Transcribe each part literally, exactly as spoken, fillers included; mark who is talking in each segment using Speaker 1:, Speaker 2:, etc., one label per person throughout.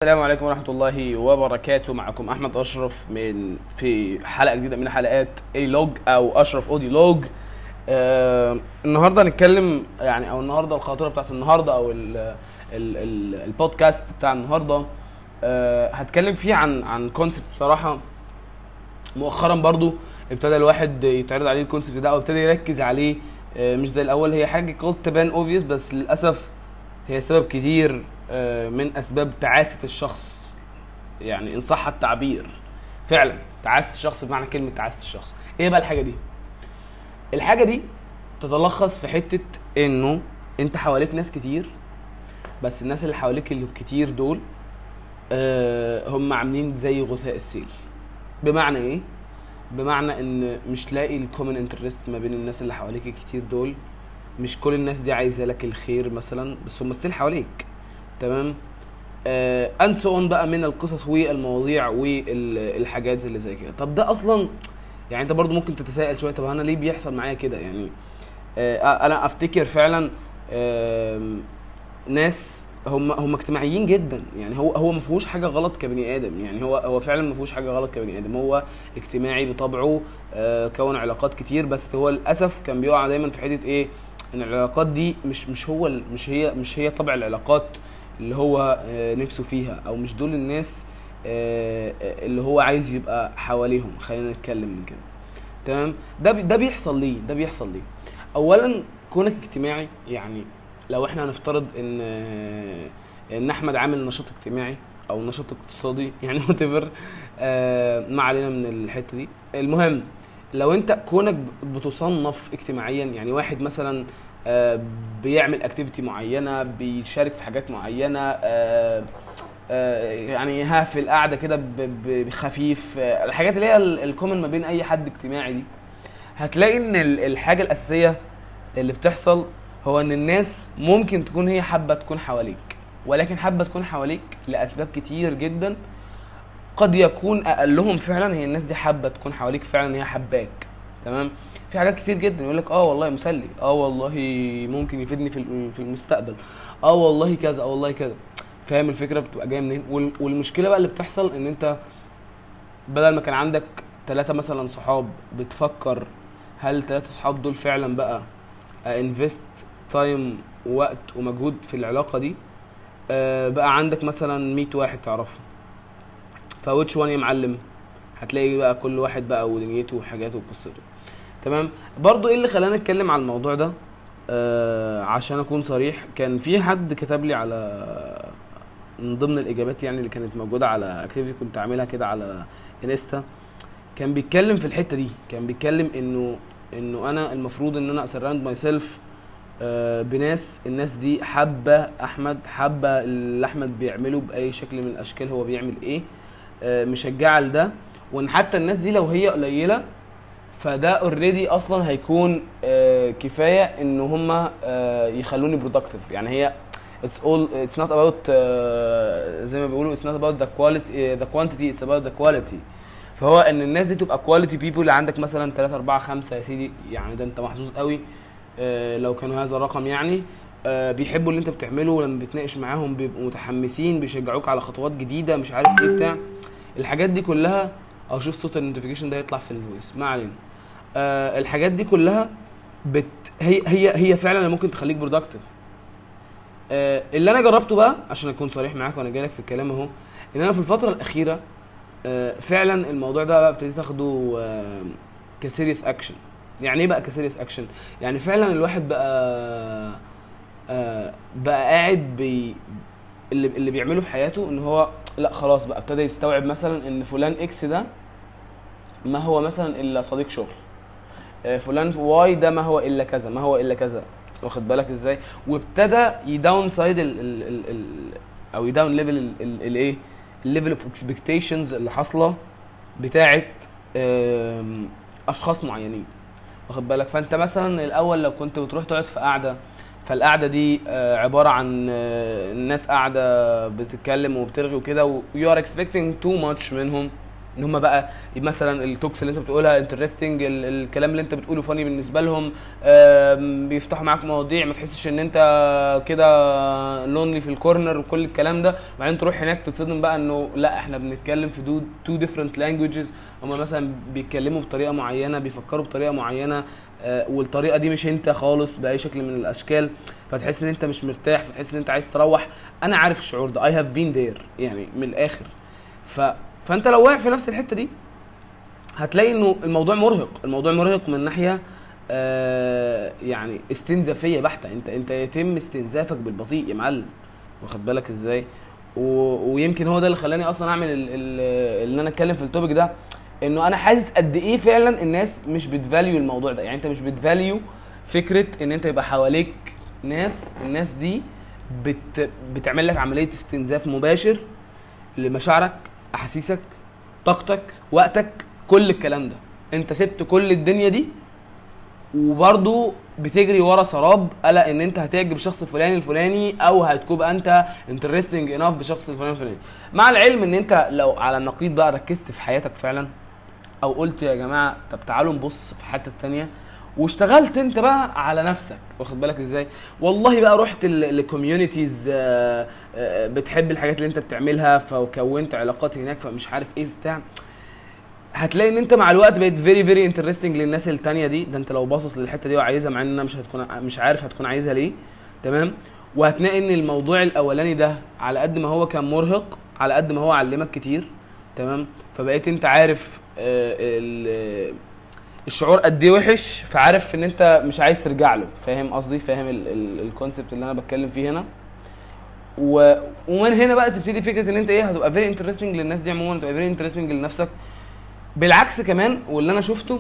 Speaker 1: السلام عليكم ورحمة الله وبركاته. معكم أحمد أشرف من في حلقة جديدة من حلقات اي لوج أو أشرف أودي لوج. آه النهاردة هنتكلم يعني أو النهاردة الخاطرة بتاعت النهاردة أو ال ال ال البودكاست بتاع النهاردة. آه هتكلم فيه عن عن كونسبت بصراحة مؤخرا برضو ابتدى الواحد يتعرض عليه الكونسبت ده أو ابتدى يركز عليه. آه مش زي الأول، هي حاجة قد تبان اوفيس بس للأسف هي سبب كتير من اسباب تعاسة الشخص، يعني ان صح التعبير فعلا تعاسة الشخص بمعنى كلمة تعاسة الشخص. ايه بقى الحاجة دي؟ الحاجة دي تتلخص في حتة انه انت حواليك ناس كتير، بس الناس اللي حواليك اللي كتير دول هم عاملين زي غثاء السيل. بمعنى ايه؟ بمعنى ان مش تلاقي الكومن انترست ما بين الناس اللي حواليك الكتير دول. مش كل الناس دي عايزة لك الخير مثلا، بس هم ستيل حواليك. تمام. آه انسون بقى من القصص والمواضيع والحاجات اللي زي كده. طب ده اصلا يعني انت برضو ممكن تتساءل شويه، طب انا ليه بيحصل معايا كده؟ يعني آه انا افتكر فعلا آه ناس هم هم اجتماعيين جدا، يعني هو هو ما فيهوش حاجه غلط كبني ادم، يعني هو هو فعلا ما فيهوش حاجه غلط كبني ادم، هو اجتماعي بطبعه. آه كون علاقات كتير، بس هو للاسف كان بيقع دايما في حته ايه، ان العلاقات دي مش مش هو مش هي مش هي طبع العلاقات اللي هو نفسه فيها، او مش دول الناس اللي هو عايز يبقى حواليهم. خلينا نتكلم من كده. تمام. ده ده بيحصل ليه ده بيحصل ليه اولا كونك اجتماعي. يعني لو احنا هنفترض ان ان احمد عامل نشاط اجتماعي او نشاط اقتصادي يعني whatever، ما علينا من الحته دي. المهم لو انت كونك بتصنف اجتماعيا، يعني واحد مثلا آه بيعمل اكتيفيتي معينه، بيشارك في حاجات معينه، آه آه يعني ها في القعده كده بخفيف، آه الحاجات اللي هي الكومن ما بين اي حد اجتماعي دي، هتلاقي ان الحاجه الاساسيه اللي بتحصل هو ان الناس ممكن تكون هي حابه تكون حواليك، ولكن حابه تكون حواليك لاسباب كتير جدا. قد يكون اقلهم فعلا هي الناس دي حابه تكون حواليك فعلا، هي حباك. تمام. في حاجات كتير جدا يقول لك اه والله مسلي، اه والله ممكن يفيدني في في المستقبل، اه والله كذا، اه والله كذا. فاهم الفكره بتبقى جايه منين؟ والمشكله بقى اللي بتحصل ان انت بدل ما كان عندك ثلاثه مثلا صحاب، بتفكر هل ثلاثه صحاب دول فعلا بقى انفست تايم ووقت ومجهود في العلاقه دي. آه بقى عندك مثلا مية واحد تعرفهم، فويتش وان يا معلم؟ هتلاقي بقى كل واحد بقى ودنيته وحاجاته وقصته. تمام. برضو ايه اللي خلاني اتكلم على الموضوع ده؟ آه عشان اكون صريح، كان في حد كتب لي على من ضمن الاجابات يعني اللي كانت موجوده على اكتيفيتي كنت عاملها كده على انستا، كان بيتكلم في الحته دي. كان بيتكلم انه انه انا المفروض ان انا اسراوند ماي سيلف بناس، الناس دي حابه احمد، حابه اللي احمد بيعمله باي شكل من الاشكال، هو بيعمل ايه، مشجعه لده. وان حتى الناس دي لو هي قليله فده اوريدي اصلا هيكون كفايه ان هم يخلوني برودكتيف. يعني هي it's all it's not about زي ما بيقولوا it's not about the quality the quantity it's about the quality. فهو ان الناس دي تبقى quality people، اللي عندك مثلا ثلاثة أربعة خمسة يا سيدي، يعني ده انت محظوظ قوي لو كانوا هذا الرقم. يعني بيحبوا اللي انت بتعمله، ولما بتناقش معاهم بيبقوا متحمسين، بيشجعوك على خطوات جديده، مش عارف ايه بتاع الحاجات دي كلها. او شوف صوت النوتيفيكيشن ده يطلع في الفويس، ما علينا. آه الحاجات دي كلها بت هي هي هي فعلا اللي ممكن تخليك برودكتيف. آه اللي انا جربته بقى عشان اكون صريح معاك وانا جايلك في الكلام اهو، ان انا في الفتره الاخيره آه فعلا الموضوع ده بقى ابتديت اخده آه كسيريس اكشن. يعني ايه بقى كسيريس اكشن؟ يعني فعلا الواحد بقى آه بقى قاعد بي اللي اللي بيعمله في حياته ان هو لا خلاص بقى ابتدى يستوعب مثلا ان فلان اكس ده ما هو مثلا الا صديق شغل، فلان واي ده ما هو الا كذا، ما هو الا كذا. واخد بالك ازاي؟ وابتدى يداون سايد ال ال ال ال او يداون ليفل الايه الليفل اوف اكسبكتيشنز اللي حاصله بتاعه اشخاص معينين. واخد بالك؟ فانت مثلا الاول لو كنت بتروح تقعد في قعده، فالقعده دي عباره عن الناس قاعده بتتكلم وبترغي وكده، و you are expecting too much منهم. ان هم بقى مثلا التوكس اللي انت بتقولها انترستنج، الكلام اللي انت بتقوله فاني بالنسبه لهم، بيفتحوا معاك مواضيع ما تحسش ان انت كده لونلي في الكورنر وكل الكلام ده. وبعدين تروح هناك تتصدم بقى انه لا احنا بنتكلم في دو تو ديفرنت لانجويجز، هم مثلا بيتكلموا بطريقه معينه، بيفكروا بطريقه معينه، والطريقه دي مش انت خالص باي شكل من الاشكال، فتحس ان انت مش مرتاح، فتحس ان انت عايز تروح. انا عارف الشعور ده، اي هاف بين ذير يعني من الاخر. ف فانت لو واقع في نفس الحته دي هتلاقي انه الموضوع مرهق، الموضوع مرهق من ناحيه آه يعني استنزافيه بحته. انت انت يتم استنزافك بالبطيء يا معلم، واخد بالك ازاي؟ ويمكن هو ده اللي خلاني اصلا اعمل ان انا اتكلم في التوبيك ده، انه انا حاسس قد ايه فعلا الناس مش بتفاليو الموضوع ده. يعني انت مش بتفاليو فكره ان انت يبقى حواليك ناس، الناس دي بت بتعمل لك عمليه استنزاف مباشر لمشاعرك، احاسيسك، طاقتك، وقتك، كل الكلام ده. انت سبت كل الدنيا دي وبرضو بتجري ورا سراب، الا ان انت هتعجب الشخص الفلاني الفلاني او هتكون انت انترستنج انف بشخص الفلاني الفلاني. مع العلم ان انت لو على النقيض بقى ركزت في حياتك فعلا، او قلت يا جماعه طب تعالوا نبص في حته تانية، واشتغلت انت بقى على نفسك، واخد بالك ازاي؟ والله بقى رحت لكوميونيتيز بتحب الحاجات اللي انت بتعملها، فكونت علاقات هناك، فمش عارف ايه بتاع، هتلاقي ان انت مع الوقت بقيت فيري فيري انترستنج للناس التانية دي. ده انت لو باصص للحته دي وعايزها، مع ان مش هتكون مش عارف هتكون عايزها ليه، تمام؟ وهتلاقي ان الموضوع الاولاني ده على قد ما هو كان مرهق، على قد ما هو علمك كتير، تمام؟ فبقيت انت عارف آه الشعور قد ايه وحش، فعارف ان انت مش عايز ترجع له. فاهم قصدي؟ فاهم الكونسبت اللي انا بتكلم فيه هنا؟ و... ومن هنا بقى تبتدي فكره ان انت ايه، هتبقى فيري انترستنج للناس دي عموما، هتبقى فيري انترستنج لنفسك. بالعكس كمان، واللي انا شفته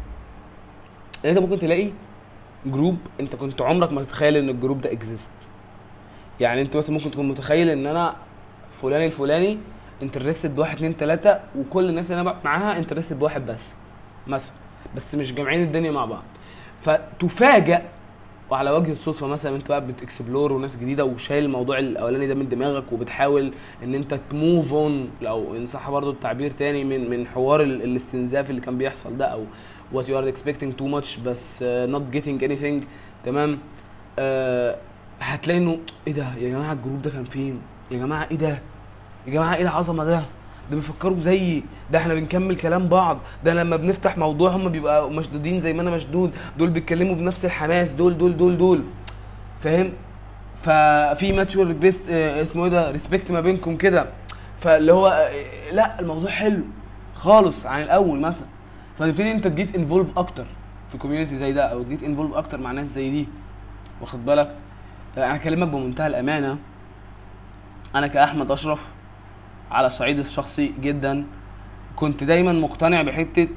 Speaker 1: ان انت ممكن تلاقي جروب انت كنت عمرك ما تتخيل ان الجروب ده اكزيست. يعني انت بس ممكن تكون متخيل ان انا فلان الفلاني انترستد بواحد اتنين تلاته، وكل الناس اللي انا بقى معاها انترستد بواحد بس مثلا، بس مش جامعين الدنيا مع بعض. فتفاجئ وعلى وجه الصدفه مثلا انت بقى بتكسبلور وناس جديده، وشايل الموضوع الاولاني ده من دماغك، وبتحاول ان انت تموف اون، لو ان صح برضو التعبير تاني، من من حوار الاستنزاف اللي كان بيحصل ده، او what you are expecting too much بس uh, not getting anything، تمام؟ uh, هتلاقي انه ايه ده يا جماعه، الجروب ده كان فين يا جماعه؟ ايه ده يا جماعه؟ ايه العظمه ده؟ ده بيفكروا زيي، ده احنا بنكمل كلام بعض، ده لما بنفتح موضوع هم بيبقى مشدودين زي ما انا مشدود، دول بيتكلموا بنفس الحماس، دول دول دول دول فاهم؟ ففي ماتشور بيست اسمه ايه ده، ريسبكت ما بينكم كده. فاللي هو لا، الموضوع حلو خالص عن الاول مثلا. فتبتدي انت تجيت انفولف اكتر في كوميونتي زي ده، او تجيت انفولف اكتر مع ناس زي دي، واخد بالك؟ انا اكلمك بمنتهى الامانه، انا كاحمد اشرف على الصعيد الشخصي جدا كنت دايما مقتنع بحته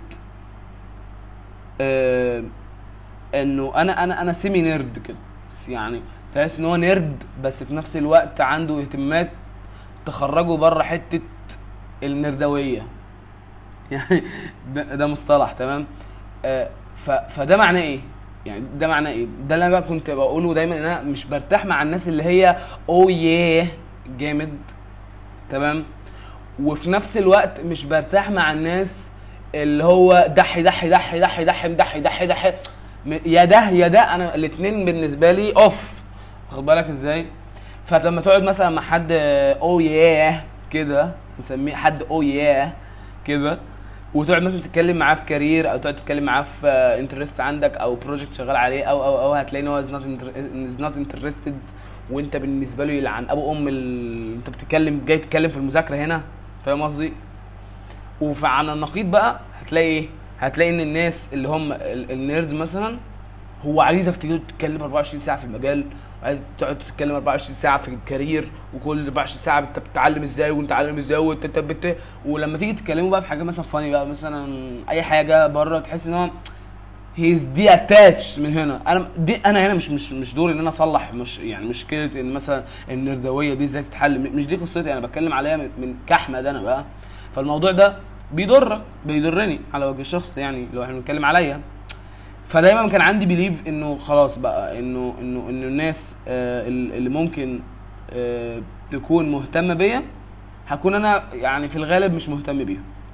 Speaker 1: آه انه انا انا انا سيمي نيرد كده، يعني تحس ان هو نيرد بس في نفس الوقت عنده اهتمامات تخرجه بره حته النردويه يعني ده, ده مصطلح، تمام؟ آه فده معناه ايه؟ يعني ده معناه ايه؟ ده اللي انا بقى كنت بقوله دايما، ان انا مش برتاح مع الناس اللي هي او ياه جامد، تمام؟ وفي نفس الوقت مش برتاح مع الناس اللي هو دحي دحي دحي دحي دحي دحي دحي دحي يا ده يا ده. انا الاثنين بالنسبه لي اوف، واخد بالك ازاي؟ فلما تقعد مثلا مع حد او ياه كده، نسميه حد او ياه كده، وتقعد مثلا تتكلم معاه في كارير، او تقعد تتكلم معاه في انترست عندك او بروجكت شغال عليه، او او او هتلاقي ان هو از نوت انترستد، وانت بالنسبه له يلعن ابو ام ال... انت بتتكلم جاي تتكلم في المذاكره هنا، فاهم قصدي؟ وعلى النقيض بقى هتلاقي ايه؟ هتلاقي ان الناس اللي هم النيرد مثلا هو عايزك تيجي تتكلم اربعة وعشرين ساعه في المجال، وعايز تقعد تتكلم اربعة وعشرين ساعه في الكارير، وكل اربعة وعشرين ساعه انت بتتعلم ازاي وانت عالم ازاي وانت بت... ولما تيجي تتكلموا بقى في حاجه مثلا فاني بقى، مثلا اي حاجه بره، تحس ان هو هيز دي اتاتش من هنا. انا دي انا هنا مش مش مش دوري ان انا اصلح، مش يعني مشكله ان مثلا النردويه دي ازاي تتحل، مش دي قصتي، انا بتكلم عليها من كحمد انا بقى. فالموضوع ده بيضر بيضرني على وجه الشخص، يعني لو احنا بنتكلم عليا. فدايما كان عندي بليف انه خلاص بقى، انه انه انه الناس آه اللي ممكن آه تكون مهتمه بيا، هكون انا يعني في الغالب مش مهتم بيهم،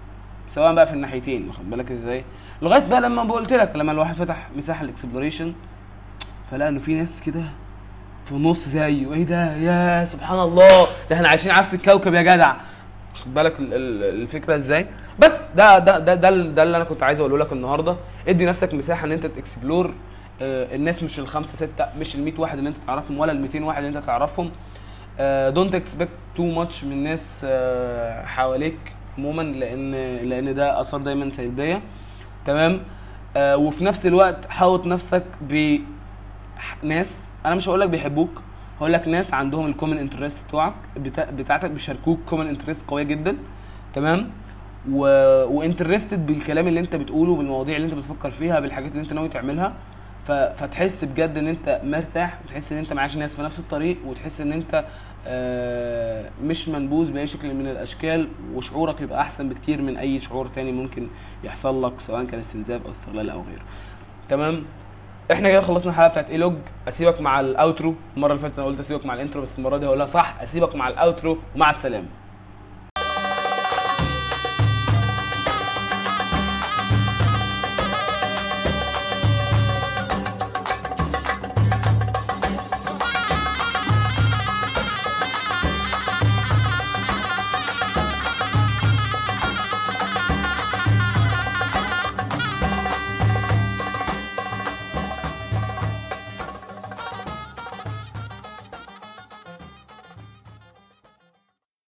Speaker 1: سواء بقى في الناحيتين، واخد بالك ازاي؟ لغايه بقى لما قلت لك لما الواحد فتح مساحه الاكسبلوريشن فلقى انه في ناس كده في النص زيه، ايه ده يا سبحان الله، ده احنا عايشين عكس الكوكب يا جدع، خد بالك الفكره ازاي؟ بس ده ده ده ده, ده اللي انا كنت عايز اقوله لك النهارده. ادي نفسك مساحه ان انت تكسبلور آه الناس، مش الخمسه سته، مش ال مية واحد اللي انت تعرفهم ولا ال ميتين واحد اللي انت تعرفهم. دونت اكسبكت تو ماتش من الناس آه حواليك عموما، لان لان ده اثار دايما سلبيه، تمام؟ آه وفي نفس الوقت حاوط نفسك بناس، انا مش هقول لك بيحبوك، هقول لك ناس عندهم الكومن انترست بتوعك بتا... بتاعتك، بيشاركوك كومن انترست قويه جدا، تمام؟ و... وانترستد بالكلام اللي انت بتقوله، بالمواضيع اللي انت بتفكر فيها، بالحاجات اللي انت ناوي تعملها. ف... فتحس بجد ان انت مرتاح، وتحس ان انت معاك ناس في نفس الطريق، وتحس ان انت آه مش منبوذ باي شكل من الاشكال، وشعورك يبقى احسن بكتير من اي شعور تاني ممكن يحصل لك، سواء كان استنزاف او استغلال او غيره، تمام؟ احنا كده خلصنا الحلقه بتاعت اي لوج. اسيبك مع الاوترو. المره اللي فاتت انا قلت اسيبك مع الانترو، بس المره دي هقولها صح، اسيبك مع الاوترو ومع السلامه.